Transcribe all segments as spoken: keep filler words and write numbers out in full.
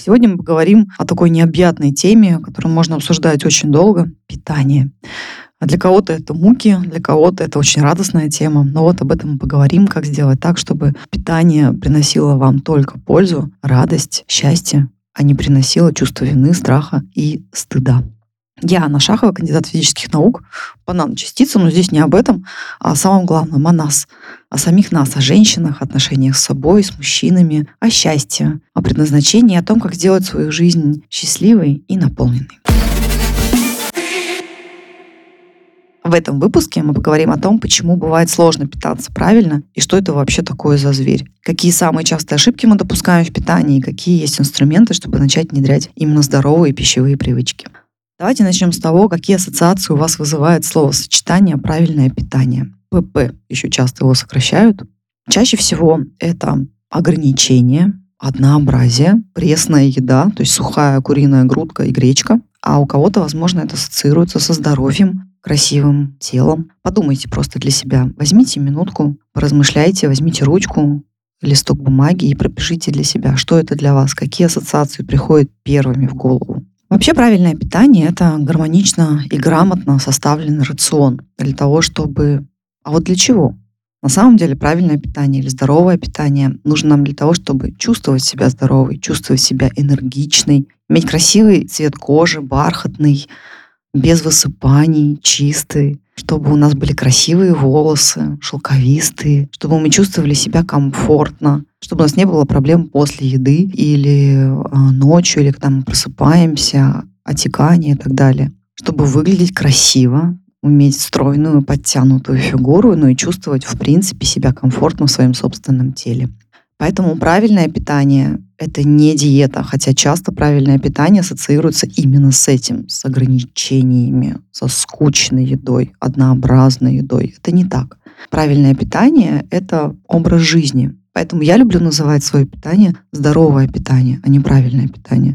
Сегодня мы поговорим о такой необъятной теме, которую можно обсуждать очень долго — питание. А для кого-то это муки, для кого-то это очень радостная тема. Но вот об этом мы поговорим, как сделать так, чтобы питание приносило вам только пользу, радость, счастье, а не приносило чувство вины, страха и стыда. Я Анна Шахова, кандидат физических наук по наночастицам, но здесь не об этом, а о самом главном — о нас, о самих нас, о женщинах, отношениях с собой, с мужчинами, о счастье, о предназначении, о том, как сделать свою жизнь счастливой и наполненной. В этом выпуске мы поговорим о том, почему бывает сложно питаться правильно и что это вообще такое за зверь. Какие самые частые ошибки мы допускаем в питании и какие есть инструменты, чтобы начать внедрять именно здоровые пищевые привычки. Давайте начнем с того, какие ассоциации у вас вызывает словосочетание «правильное питание». ПП, еще часто его сокращают. Чаще всего это ограничение, однообразие, пресная еда, то есть сухая куриная грудка и гречка. А у кого-то, возможно, это ассоциируется со здоровьем, красивым телом. Подумайте просто для себя. Возьмите минутку, поразмышляйте, возьмите ручку, листок бумаги и пропишите для себя, что это для вас, какие ассоциации приходят первыми в голову. Вообще правильное питание — это гармонично и грамотно составленный рацион для того, чтобы... А вот для чего? На самом деле правильное питание или здоровое питание нужно нам для того, чтобы чувствовать себя здоровой, чувствовать себя энергичной, иметь красивый цвет кожи, бархатный, без высыпаний, чистый, чтобы у нас были красивые волосы, шелковистые, чтобы мы чувствовали себя комфортно, чтобы у нас не было проблем после еды или ночью, или когда мы просыпаемся, отекания и так далее. Чтобы выглядеть красиво, уметь стройную, подтянутую фигуру, ну и чувствовать, в принципе, себя комфортно в своем собственном теле. Поэтому правильное питание — это не диета, хотя часто правильное питание ассоциируется именно с этим, с ограничениями, со скучной едой, однообразной едой. Это не так. Правильное питание — это образ жизни. Поэтому я люблю называть свое питание здоровое питание, а не правильное питание.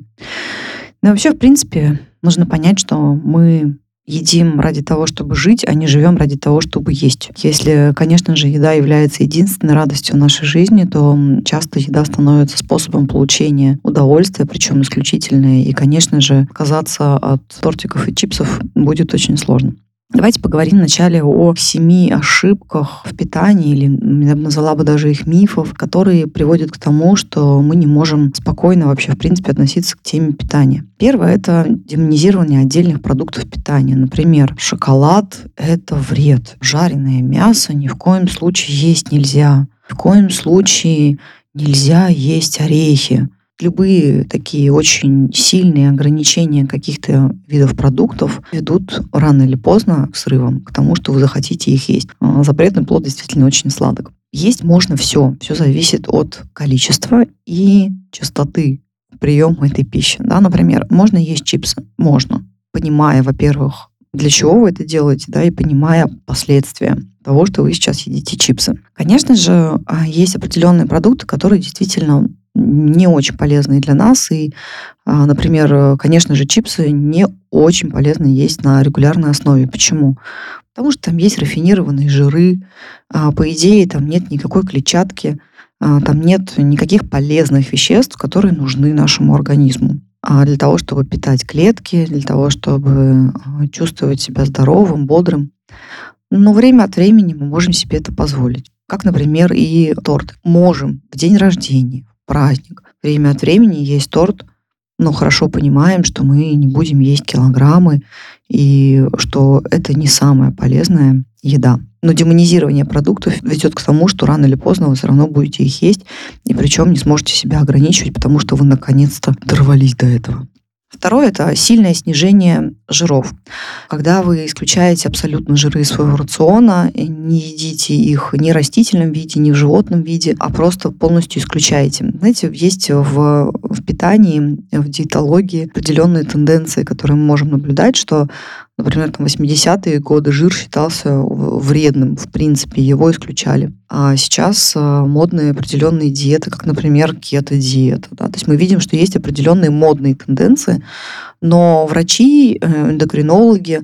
Но вообще, в принципе, нужно понять, что мы едим ради того, чтобы жить, а не живем ради того, чтобы есть. Если, конечно же, еда является единственной радостью нашей жизни, то часто еда становится способом получения удовольствия, причем исключительное. И, конечно же, отказаться от тортиков и чипсов будет очень сложно. Давайте поговорим вначале о семи ошибках в питании, или я бы назвала бы даже их мифов, которые приводят к тому, что мы не можем спокойно вообще, в принципе, относиться к теме питания. Первое — это демонизирование отдельных продуктов питания. Например, шоколад — это вред. Жареное мясо ни в коем случае есть нельзя. Ни в коем случае нельзя есть орехи. Любые такие очень сильные ограничения каких-то видов продуктов ведут рано или поздно к срывам, к тому, что вы захотите их есть. Запретный плод действительно очень сладок. Есть можно все. Все зависит от количества и частоты приема этой пищи. Да, например, можно есть чипсы? Можно. Понимая, во-первых, для чего вы это делаете, да, и понимая последствия того, что вы сейчас едите чипсы. Конечно же, есть определенные продукты, которые действительно не очень полезные для нас. И, например, конечно же, чипсы не очень полезно есть на регулярной основе. Почему? Потому что там есть рафинированные жиры. По идее, там нет никакой клетчатки, там нет никаких полезных веществ, которые нужны нашему организму. А для того, чтобы питать клетки, для того, чтобы чувствовать себя здоровым, бодрым. Но время от времени мы можем себе это позволить. Как, например, и торт. Можем в день рождения, праздник. Время от времени есть торт, но хорошо понимаем, что мы не будем есть килограммы и что это не самая полезная еда. Но демонизирование продуктов ведет к тому, что рано или поздно вы все равно будете их есть, и причем не сможете себя ограничивать, потому что вы наконец-то дорвались до этого. Второе — это сильное снижение жиров. Когда вы исключаете абсолютно жиры из своего рациона, не едите их ни в растительном виде, ни в животном виде, а просто полностью исключаете. Знаете, есть в, в питании, в диетологии определенные тенденции, которые мы можем наблюдать, что, например, там, в восьмидесятые годы жир считался вредным, в принципе, его исключали. А сейчас модные определенные диеты, как, например, кето-диета. Да? То есть мы видим, что есть определенные модные тенденции, но врачи, эндокринологи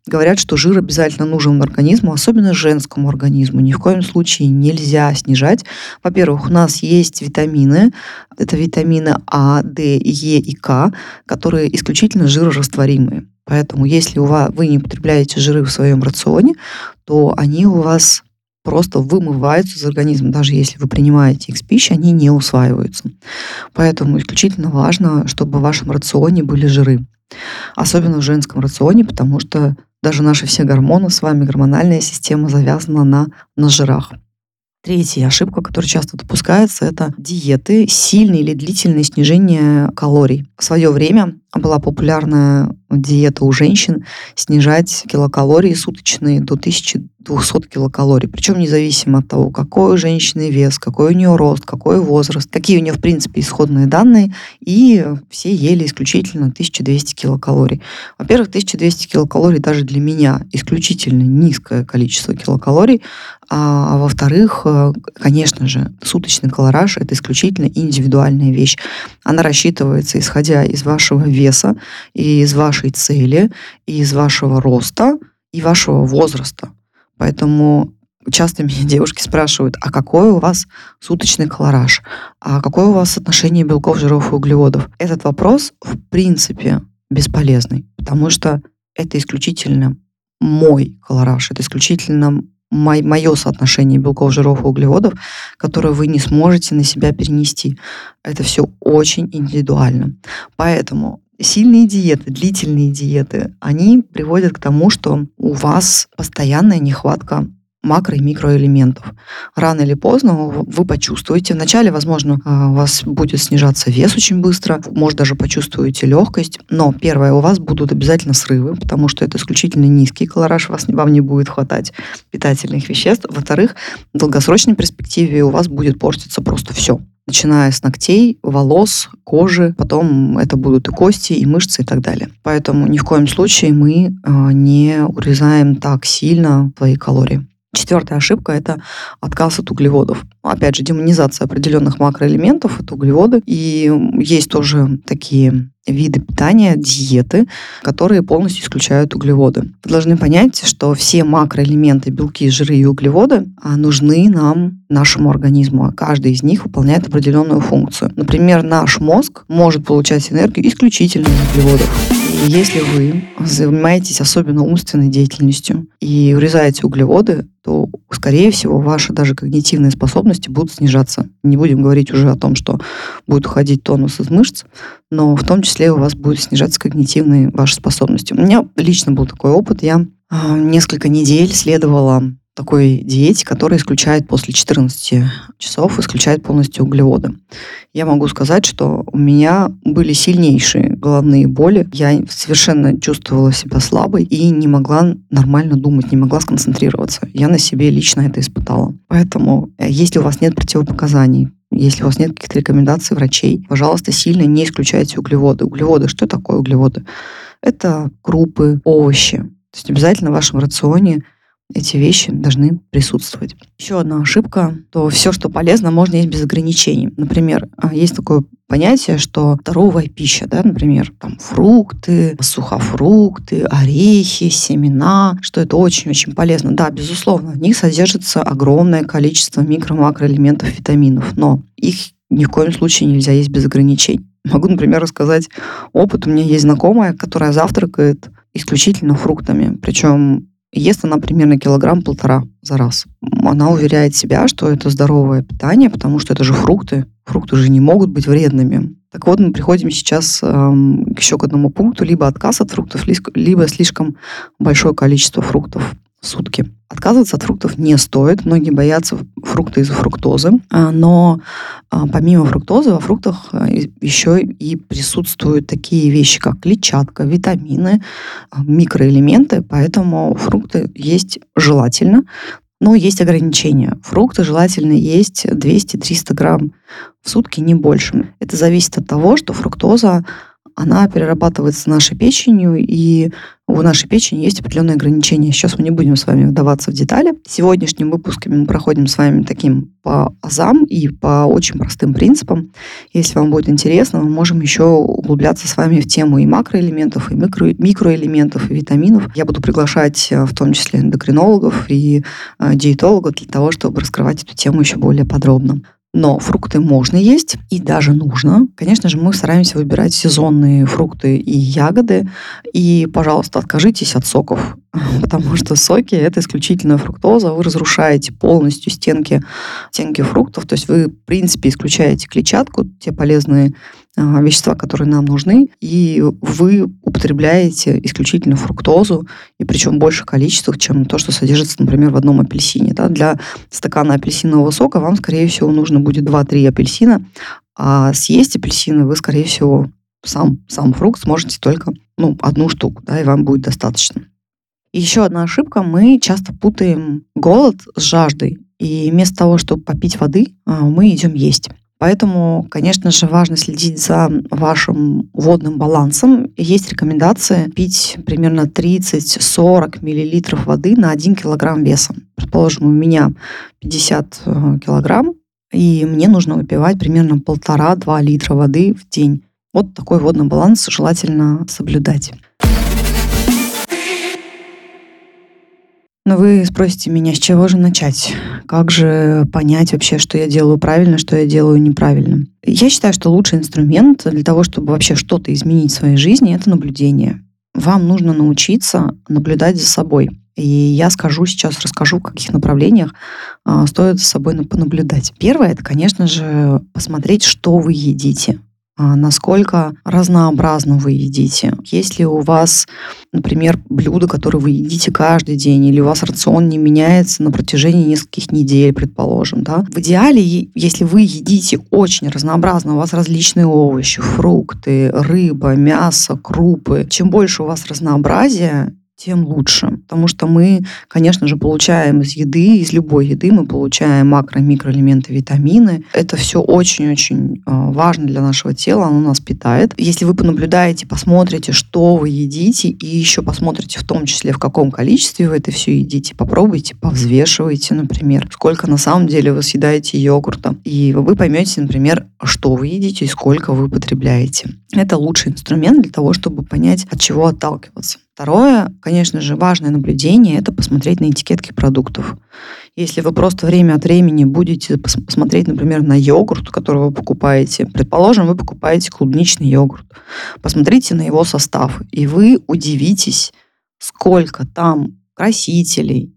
говорят, что жир обязательно нужен организму, особенно женскому организму. Ни в коем случае нельзя снижать. Во-первых, у нас есть витамины. Это витамины А, Д, Е и К, которые исключительно жирорастворимые. Поэтому если у вас, вы не употребляете жиры в своем рационе, то они у вас просто вымываются из организма. Даже если вы принимаете их с пищей, они не усваиваются. Поэтому исключительно важно, чтобы в вашем рационе были жиры. Особенно в женском рационе, потому что даже наши все гормоны с вами, гормональная система завязана на, на жирах. Третья ошибка, которая часто допускается, это диеты, сильное или длительное снижение калорий. В свое время была популярная диета у женщин снижать килокалории суточные до тысячи двухсот килокалорий. Причем независимо от того, какой у женщины вес, какой у нее рост, какой возраст, какие у нее, в принципе, исходные данные. И все ели исключительно тысячу двести килокалорий. Во-первых, тысяча двести килокалорий даже для меня исключительно низкое количество килокалорий. А, а во-вторых, конечно же, суточный колораж – это исключительно индивидуальная вещь. Она рассчитывается, исходя из вашего веса, и из вашей цели, и из вашего роста, и вашего возраста. Поэтому часто меня девушки спрашивают, а какой у вас суточный колораж? А какое у вас соотношение белков, жиров и углеводов? Этот вопрос, в принципе, бесполезный, потому что это исключительно мой колораж, это исключительно мое соотношение белков, жиров и углеводов, которое вы не сможете на себя перенести. Это все очень индивидуально. Поэтому сильные диеты, длительные диеты, они приводят к тому, что у вас постоянная нехватка макро- и микроэлементов. Рано или поздно вы почувствуете. Вначале, возможно, у вас будет снижаться вес очень быстро, может, даже почувствуете легкость, но первое, у вас будут обязательно срывы, потому что это исключительно низкий колораж, вас, вам не будет хватать питательных веществ. Во-вторых, в долгосрочной перспективе у вас будет портиться просто все. Начиная с ногтей, волос, кожи, потом это будут и кости, и мышцы, и так далее. Поэтому ни в коем случае мы не урезаем так сильно свои калории. Четвертая ошибка – это отказ от углеводов. Опять же, демонизация определенных макроэлементов – это углеводы. И есть тоже такие виды питания, диеты, которые полностью исключают углеводы. Вы должны понять, что все макроэлементы, белки, жиры и углеводы нужны нам, нашему организму. Каждый из них выполняет определенную функцию. Например, наш мозг может получать энергию исключительно из углеводов. И если вы занимаетесь особенно умственной деятельностью и урезаете углеводы, то, скорее всего, ваши даже когнитивные способности будут снижаться. Не будем говорить уже о том, что будет уходить тонус из мышц, но в том числе у вас будут снижаться когнитивные ваши способности. У меня лично был такой опыт. Я э, несколько недель следовала такой диете, которая исключает после четырнадцати часов, исключает полностью углеводы. Я могу сказать, что у меня были сильнейшие головные боли. Я совершенно чувствовала себя слабой и не могла нормально думать, не могла сконцентрироваться. Я на себе лично это испытала. Поэтому, если у вас нет противопоказаний, если у вас нет каких-то рекомендаций врачей, пожалуйста, сильно не исключайте углеводы. Углеводы, что такое углеводы? Это крупы, овощи. То есть обязательно в вашем рационе эти вещи должны присутствовать. Еще одна ошибка, то все, что полезно, можно есть без ограничений. Например, есть такое понятие, что здоровая пища, да, например, там фрукты, сухофрукты, орехи, семена, что это очень-очень полезно. Да, безусловно, в них содержится огромное количество микро-макроэлементов, витаминов, но их ни в коем случае нельзя есть без ограничений. Могу, например, рассказать опыт. У меня есть знакомая, которая завтракает исключительно фруктами, причем ест она примерно килограмм-полтора за раз. Она уверяет себя, что это здоровое питание, потому что это же фрукты. Фрукты же не могут быть вредными. Так вот, мы приходим сейчас эм, еще к одному пункту. Либо отказ от фруктов, либо слишком большое количество фруктов в сутки. Отказываться от фруктов не стоит. Многие боятся фрукты из-за фруктозы. Но помимо фруктозы во фруктах еще и присутствуют такие вещи, как клетчатка, витамины, микроэлементы. Поэтому фрукты есть желательно, но есть ограничения. Фрукты желательно есть двести-триста грамм в сутки, не больше. Это зависит от того, что фруктоза она перерабатывается нашей печенью, и у нашей печени есть определенные ограничения. Сейчас мы не будем с вами вдаваться в детали. В сегодняшнем выпуске мы проходим с вами таким по азам и по очень простым принципам. Если вам будет интересно, мы можем еще углубляться с вами в тему и макроэлементов, и микро, микроэлементов, и витаминов. Я буду приглашать в том числе эндокринологов и диетологов для того, чтобы раскрывать эту тему еще более подробно. Но фрукты можно есть и даже нужно. Конечно же, мы стараемся выбирать сезонные фрукты и ягоды. И, пожалуйста, откажитесь от соков, потому что соки – это исключительно фруктоза. Вы разрушаете полностью стенки, стенки фруктов. То есть вы, в принципе, исключаете клетчатку, те полезные а, вещества, которые нам нужны, и вы употребляете исключительно фруктозу, и причем в больших количествах, чем то, что содержится, например, в одном апельсине. Да? Для стакана апельсинового сока вам, скорее всего, нужно будет два-три апельсина, а съесть апельсины вы, скорее всего, сам, сам фрукт сможете только ну, одну штуку, да, и вам будет достаточно. И еще одна ошибка. Мы часто путаем голод с жаждой. И вместо того, чтобы попить воды, мы идем есть. Поэтому, конечно же, важно следить за вашим водным балансом. Есть рекомендации пить примерно тридцать-сорок миллилитров воды на один килограмм веса. Предположим, у меня пятьдесят килограмм, и мне нужно выпивать примерно полтора-два литра воды в день. Вот такой водный баланс желательно соблюдать. Но вы спросите меня, с чего же начать? Как же понять вообще, что я делаю правильно, что я делаю неправильно? Я считаю, что лучший инструмент для того, чтобы вообще что-то изменить в своей жизни, это наблюдение. Вам нужно научиться наблюдать за собой. И я скажу сейчас, расскажу, в каких направлениях а, стоит за собой понаблюдать. Первое, это, конечно же, посмотреть, что вы едите. Насколько разнообразно вы едите. Есть ли у вас, например, блюда, которые вы едите каждый день, или у вас рацион не меняется на протяжении нескольких недель, предположим. Да? В идеале, если вы едите очень разнообразно, у вас различные овощи, фрукты, рыба, мясо, крупы, чем больше у вас разнообразия, тем лучше. Потому что мы, конечно же, получаем из еды, из любой еды мы получаем макро- и микроэлементы, витамины. Это все очень-очень важно для нашего тела, оно нас питает. Если вы понаблюдаете, посмотрите, что вы едите, и еще посмотрите в том числе, в каком количестве вы это все едите, попробуйте, повзвешивайте, например, сколько на самом деле вы съедаете йогурта. И вы поймете, например, что вы едите и сколько вы потребляете. Это лучший инструмент для того, чтобы понять, от чего отталкиваться. Второе, конечно же, важное наблюдение – это посмотреть на этикетки продуктов. Если вы просто время от времени будете посмотреть, например, на йогурт, который вы покупаете, предположим, вы покупаете клубничный йогурт, посмотрите на его состав, и вы удивитесь, сколько там красителей,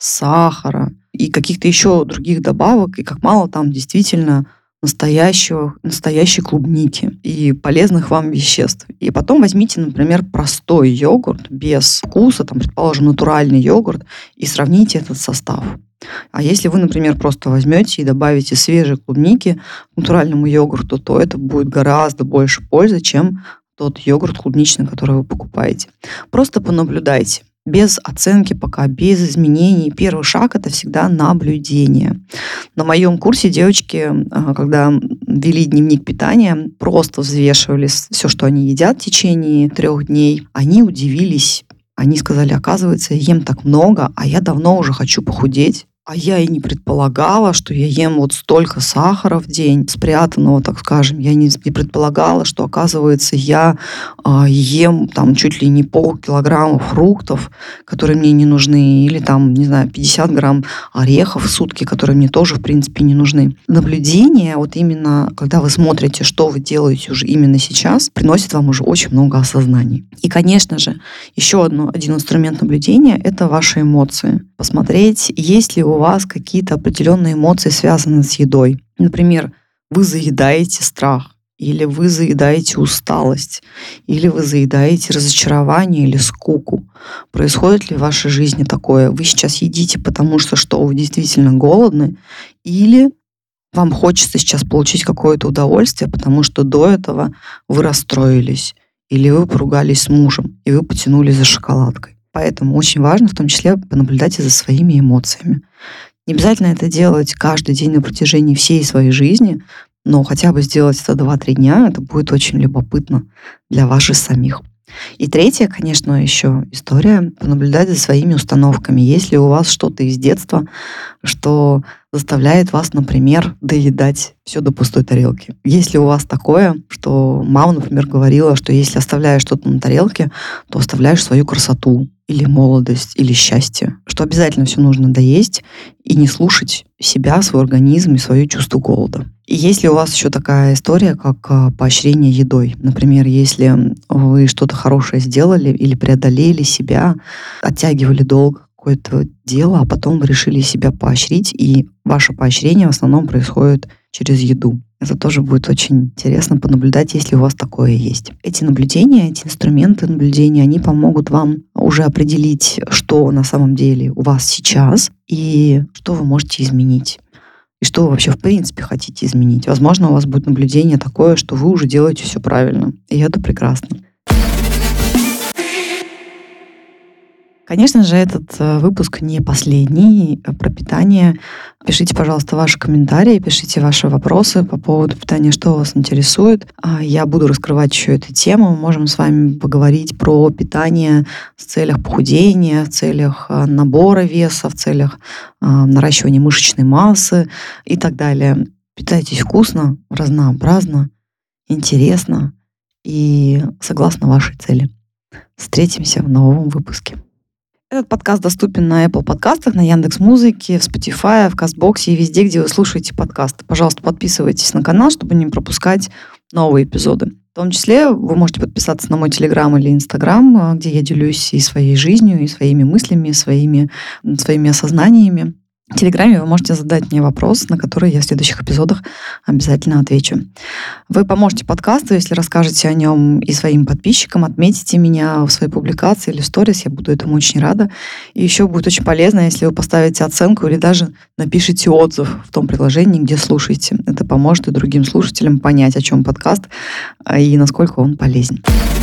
сахара и каких-то еще других добавок, и как мало там действительно настоящего, настоящей клубники и полезных вам веществ. И потом возьмите, например, простой йогурт без вкуса, там, предположим, натуральный йогурт, и сравните этот состав. А если вы, например, просто возьмете и добавите свежей клубники к натуральному йогурту, то это будет гораздо больше пользы, чем тот йогурт клубничный, который вы покупаете. Просто понаблюдайте. Без оценки пока, без изменений. Первый шаг – это всегда наблюдение. На моем курсе девочки, когда вели дневник питания, просто взвешивали все, что они едят в течение трех дней. Они удивились. Они сказали, оказывается, я ем так много, а я давно уже хочу похудеть. А я и не предполагала, что я ем вот столько сахара в день, спрятанного, так скажем. Я не, не предполагала, что, оказывается, я э, ем там чуть ли не полкилограмма фруктов, которые мне не нужны, или там, не знаю, пятьдесят грамм орехов в сутки, которые мне тоже, в принципе, не нужны. Наблюдение, вот именно, когда вы смотрите, что вы делаете уже именно сейчас, приносит вам уже очень много осознаний. И, конечно же, еще одно, один инструмент наблюдения – это ваши эмоции. Посмотреть, есть ли у вас какие-то определенные эмоции, связанные с едой. Например, вы заедаете страх, или вы заедаете усталость, или вы заедаете разочарование или скуку. Происходит ли в вашей жизни такое? Вы сейчас едите, потому что что, вы действительно голодны, или вам хочется сейчас получить какое-то удовольствие, потому что до этого вы расстроились, или вы поругались с мужем, и вы потянули за шоколадкой. Поэтому очень важно в том числе понаблюдать и за своими эмоциями. Не обязательно это делать каждый день на протяжении всей своей жизни, но хотя бы сделать это два-три дня, это будет очень любопытно для вас же самих. И третье, конечно, еще история, понаблюдать за своими установками. Если у вас что-то из детства, что заставляет вас, например, доедать все до пустой тарелки. Если у вас такое, что мама, например, говорила, что если оставляешь что-то на тарелке, то оставляешь свою красоту или молодость, или счастье, что обязательно все нужно доесть и не слушать себя, свой организм и свое чувство голода. И если у вас еще такая история, как а, поощрение едой, например, если вы что-то хорошее сделали или преодолели себя, оттягивали долго какое-то дело, а потом вы решили себя поощрить, и ваше поощрение в основном происходит через еду. Это тоже будет очень интересно понаблюдать, если у вас такое есть. Эти наблюдения, эти инструменты наблюдения, они помогут вам уже определить, что на самом деле у вас сейчас и что вы можете изменить. И что вы вообще в принципе хотите изменить. Возможно, у вас будет наблюдение такое, что вы уже делаете все правильно. И это прекрасно. Конечно же, этот э, выпуск не последний э, про питание. Пишите, пожалуйста, ваши комментарии, пишите ваши вопросы по поводу питания, что вас интересует. А Я буду раскрывать еще эту тему. Мы можем с вами поговорить про питание в целях похудения, в целях э, набора веса, в целях э, наращивания мышечной массы и так далее. Питайтесь вкусно, разнообразно, интересно и согласно вашей цели. Встретимся в новом выпуске. Этот подкаст доступен на Apple подкастах, на Яндекс.Музыке, в Spotify, в Кастбоксе и везде, где вы слушаете подкасты. Пожалуйста, подписывайтесь на канал, чтобы не пропускать новые эпизоды. В том числе вы можете подписаться на мой Телеграм или Инстаграм, где я делюсь и своей жизнью, и своими мыслями, и своими, своими осознаниями. В Телеграме вы можете задать мне вопрос, на который я в следующих эпизодах обязательно отвечу. Вы поможете подкасту, если расскажете о нем и своим подписчикам, отметите меня в своей публикации или в сторис, я буду этому очень рада. И еще будет очень полезно, если вы поставите оценку или даже напишите отзыв в том приложении, где слушаете. Это поможет и другим слушателям понять, о чем подкаст и насколько он полезен.